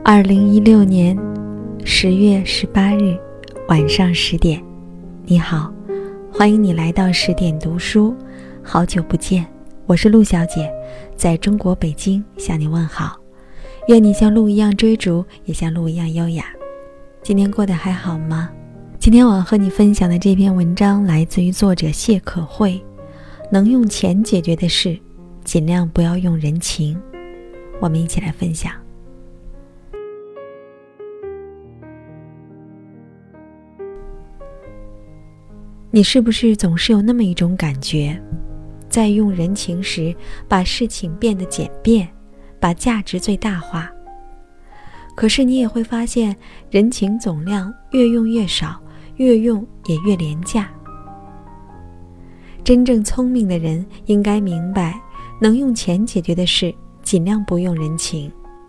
2016年10月18日晚上10点，你好，欢迎你来到10点读书，好久不见，我是陆小姐，在中国北京向你问好，愿你像鹿一样追逐，也像鹿一样优雅。今天过得还好吗？今天我要和你分享的这篇文章来自于作者谢可慧，能用钱解决的事，尽量不要用人情。我们一起来分享。你是不是总是有那么一种感觉，在用人情时把事情变得简便，把价值最大化？可是你也会发现，人情总量越用越少，越用也越廉价。真正聪明的人应该明白，能用钱解决的事，尽量不用人情。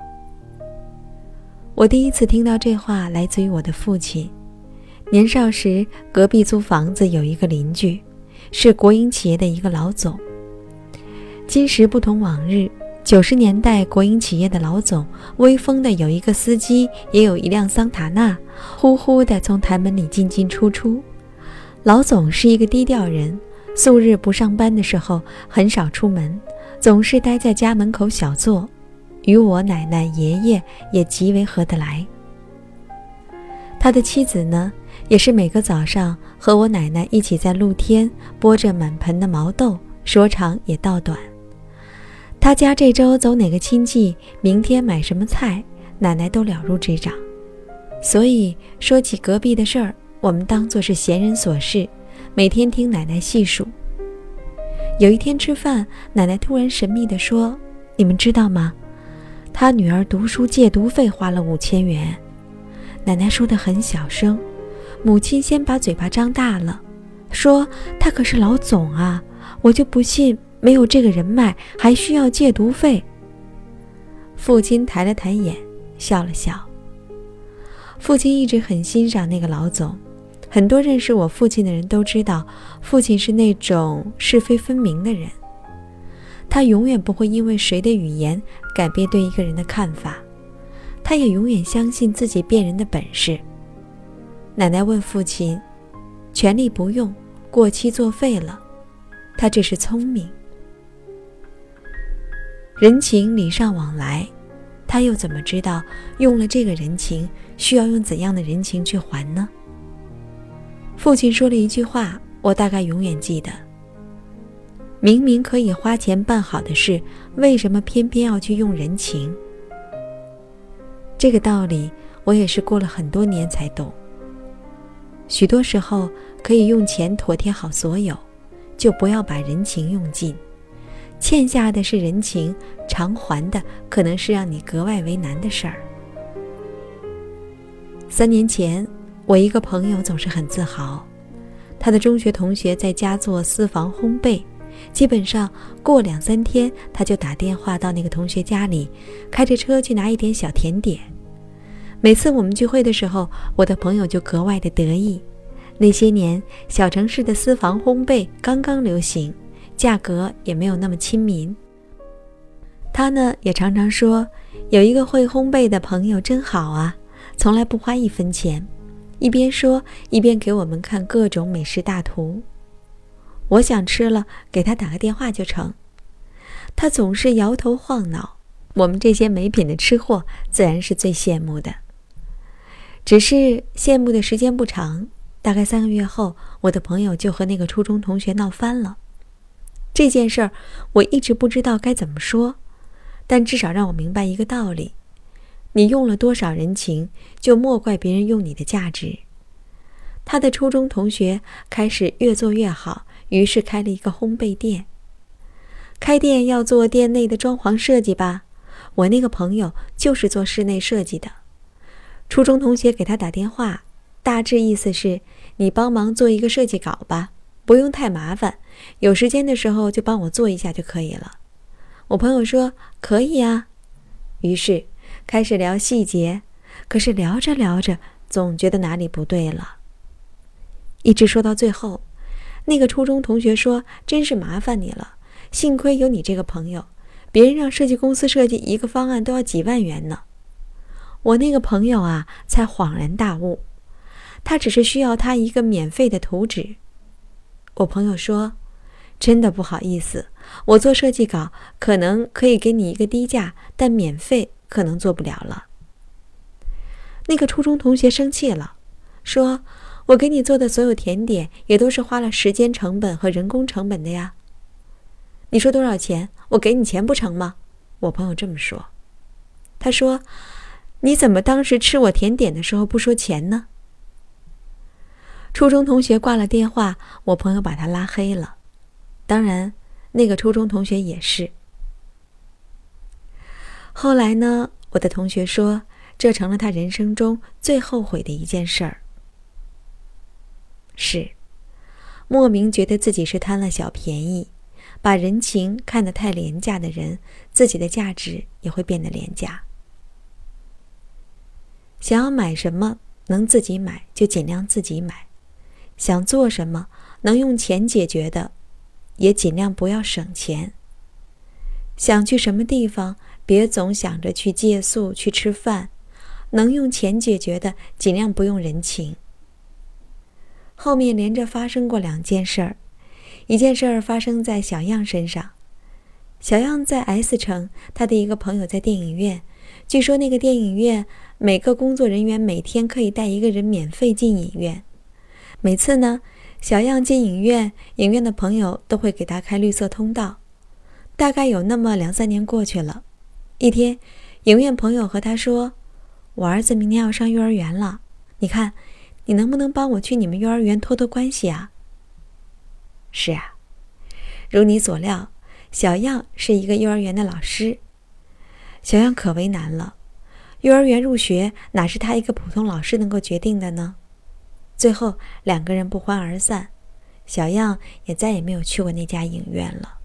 我第一次听到这话来自于我的父亲。年少时，隔壁租房子有一个邻居，是国营企业的一个老总。今时不同往日，90年代国营企业的老总，威风的有一个司机，也有一辆桑塔纳，呼呼的从台门里进进出出。老总是一个低调人，素日不上班的时候很少出门，总是待在家门口小坐，与我奶奶爷爷也极为合得来。他的妻子呢，也是每个早上和我奶奶一起在露天剥着满盆的毛豆，说长也道短。他家这周走哪个亲戚，明天买什么菜，奶奶都了如指掌。所以说起隔壁的事儿，我们当作是闲人琐事，每天听奶奶细数。有一天吃饭，奶奶突然神秘地说：“你们知道吗？他女儿读书借读费花了5000元。”奶奶说得很小声，母亲先把嘴巴张大了，说：“他可是老总啊，我就不信没有这个人脉还需要借读费。”父亲抬了抬眼，笑了笑。父亲一直很欣赏那个老总，很多认识我父亲的人都知道，父亲是那种是非分明的人。他永远不会因为谁的语言改变对一个人的看法，他也永远相信自己辨人的本事。奶奶问父亲：“权力不用，过期作废了。”他这是聪明。人情礼尚往来，他又怎么知道用了这个人情，需要用怎样的人情去还呢？父亲说了一句话，我大概永远记得：明明可以花钱办好的事，为什么偏偏要去用人情？这个道理我也是过了很多年才懂。许多时候可以用钱妥帖好所有，就不要把人情用尽。欠下的是人情，偿还的可能是让你格外为难的事儿。3年前，我一个朋友总是很自豪，他的中学同学在家做私房烘焙，基本上过2-3天他就打电话到那个同学家里，开着车去拿一点小甜点。每次我们聚会的时候，我的朋友就格外的得意。那些年小城市的私房烘焙刚刚流行，价格也没有那么亲民。他呢也常常说，有一个会烘焙的朋友真好啊，从来不花1分钱，一边说一边给我们看各种美食大图。我想吃了，给他打个电话就成。他总是摇头晃脑，我们这些没品的吃货自然是最羡慕的。只是羡慕的时间不长，大概3个月后，我的朋友就和那个初中同学闹翻了。这件事儿我一直不知道该怎么说，但至少让我明白一个道理：你用了多少人情，就莫怪别人用你的价值。他的初中同学开始越做越好，于是开了一个烘焙店。开店要做店内的装潢设计吧，我那个朋友就是做室内设计的。初中同学给他打电话，大致意思是：你帮忙做一个设计稿吧，不用太麻烦，有时间的时候就帮我做一下就可以了。我朋友说可以啊，于是开始聊细节，可是聊着聊着总觉得哪里不对了。一直说到最后，那个初中同学说：“真是麻烦你了，幸亏有你这个朋友，别人让设计公司设计一个方案都要几万元呢。” 我那个朋友啊才恍然大悟，他只是需要他一个免费的图纸。我朋友说，真的不好意思，我做设计稿可能可以给你一个低价，但免费可能做不了了。那个初中同学生气了，说，我给你做的所有甜点也都是花了时间成本和人工成本的呀。你说多少钱？我给你钱不成吗？我朋友这么说。他说，你怎么当时吃我甜点的时候不说钱呢？初中同学挂了电话，我朋友把他拉黑了。当然，那个初中同学也是。后来呢，我的同学说，这成了他人生中最后悔的一件事儿。是，莫名觉得自己是贪了小便宜，把人情看得太廉价的人，自己的价值也会变得廉价。想要买什么能自己买就尽量自己买，想做什么能用钱解决的也尽量不要省钱。想去什么地方别总想着去借宿去吃饭，能用钱解决的尽量不用人情。后面连着发生过2件事儿，一件事儿发生在小样身上。小样在 S 城，他的一个朋友在电影院，据说那个电影院每个工作人员每天可以带一个人免费进影院。每次呢，小样进影院，影院的朋友都会给他开绿色通道。大概有那么2-3年过去了，一天，影院朋友和他说，我儿子明年要上幼儿园了，你看你能不能帮我去你们幼儿园托关系啊？是啊，如你所料，小样是一个幼儿园的老师。小样可为难了，幼儿园入学哪是他一个普通老师能够决定的呢？最后2个人不欢而散，小样也再也没有去过那家影院了。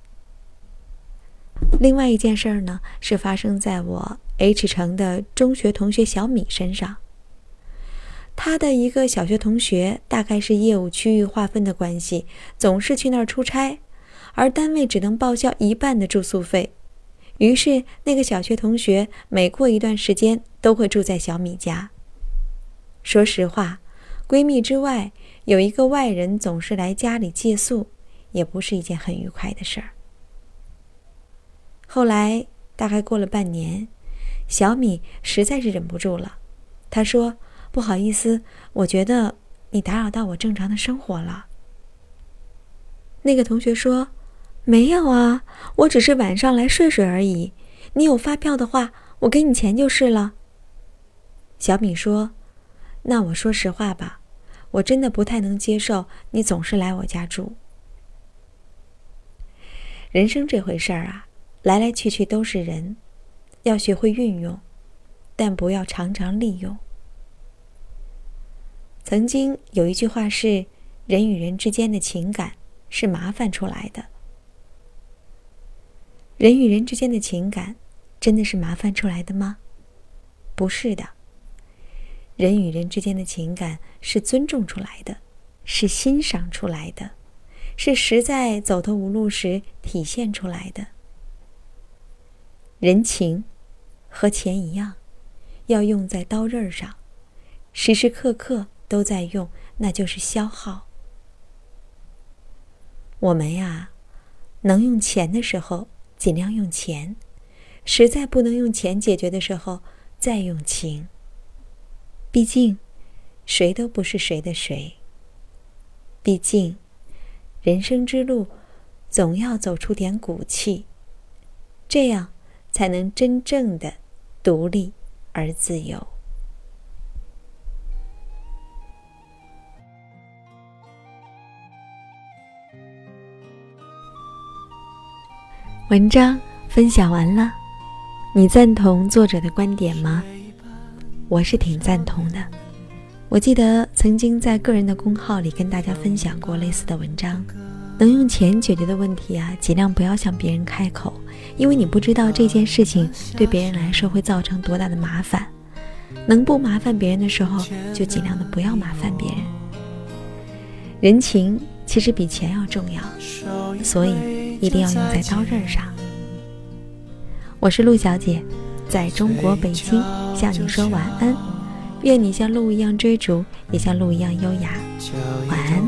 另外一件事呢，是发生在我 H 城的中学同学小米身上。他的一个小学同学，大概是业务区域划分的关系，总是去那儿出差，而单位只能报销1半的住宿费。于是那个小学同学每过一段时间都会住在小米家。说实话，闺蜜之外有一个外人总是来家里借宿，也不是一件很愉快的事儿。后来大概过了半年，小米实在是忍不住了，她说，不好意思，我觉得你打扰到我正常的生活了。那个同学说，没有啊，我只是晚上来睡睡而已，你有发票的话我给你钱就是了。小米说，那我说实话吧，我真的不太能接受你总是来我家住。人生这回事儿啊，来来去去都是人，要学会运用，但不要常常利用。曾经有一句话是，人与人之间的情感是麻烦出来的。人与人之间的情感真的是麻烦出来的吗？不是的。人与人之间的情感是尊重出来的，是欣赏出来的，是实在走投无路时体现出来的。人情和钱一样，要用在刀刃上，时时刻刻都在用，那就是消耗。我们呀，能用钱的时候尽量用钱，实在不能用钱解决的时候再用情。毕竟谁都不是谁的谁，毕竟人生之路总要走出点骨气，这样才能真正的独立而自由。文章分享完了，你赞同作者的观点吗？我是挺赞同的。我记得曾经在个人的公号里跟大家分享过类似的文章。能用钱解决的问题啊，尽量不要向别人开口，因为你不知道这件事情对别人来说会造成多大的麻烦。能不麻烦别人的时候，就尽量的不要麻烦别人。人情其实比钱要重要，所以一定要用在刀刃上。我是陆小姐， 在中国北京向你说晚安，愿你像鹿一样追逐，也像鹿一样优雅。晚安。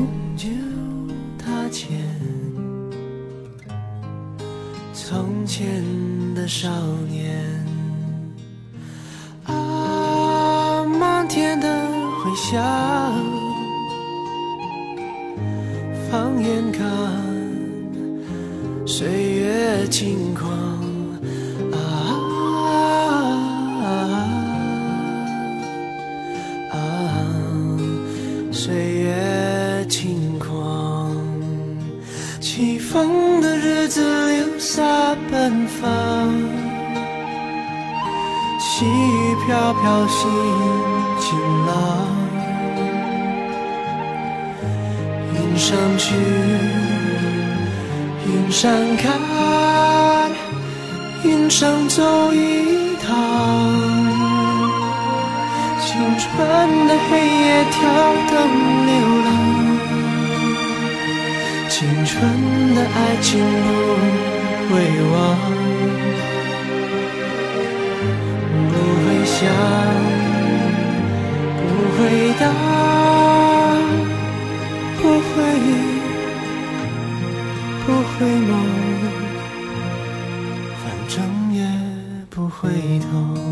从前的少年啊，漫天的回响，放眼看岁月轻狂岁月轻狂，起风的日子留下奔放，细雨飘飘心晴朗，云上去云上看，云上走一趟，青春的黑夜跳灯流浪，青春的爱情不会忘，不会想，不会答，不会梦，反正也不回头。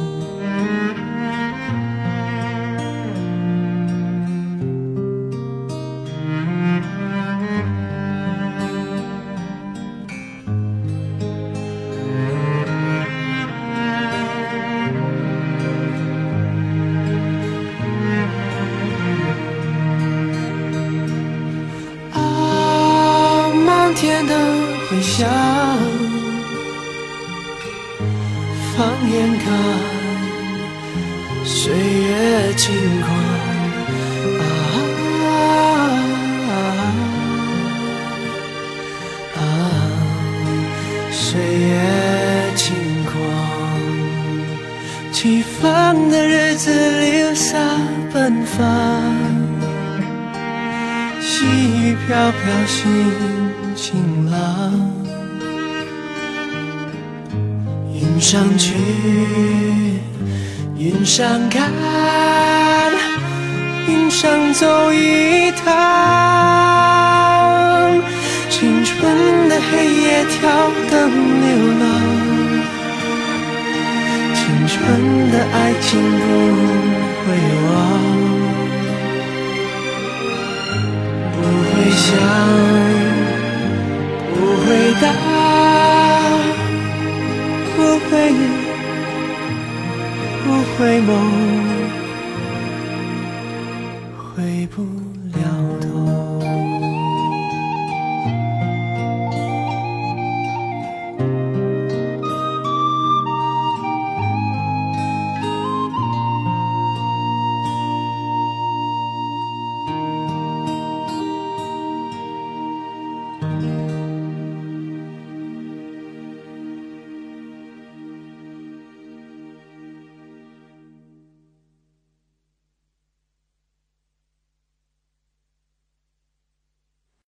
天的回响，放眼看岁月轻狂岁月轻狂，起风的日子留下奔放，细雨飘飘心晴朗，云上去云上看，云上走一趟，青春的黑夜跳灯流浪，青春的爱情不会忘，不会想，不会答，不会梦，回不了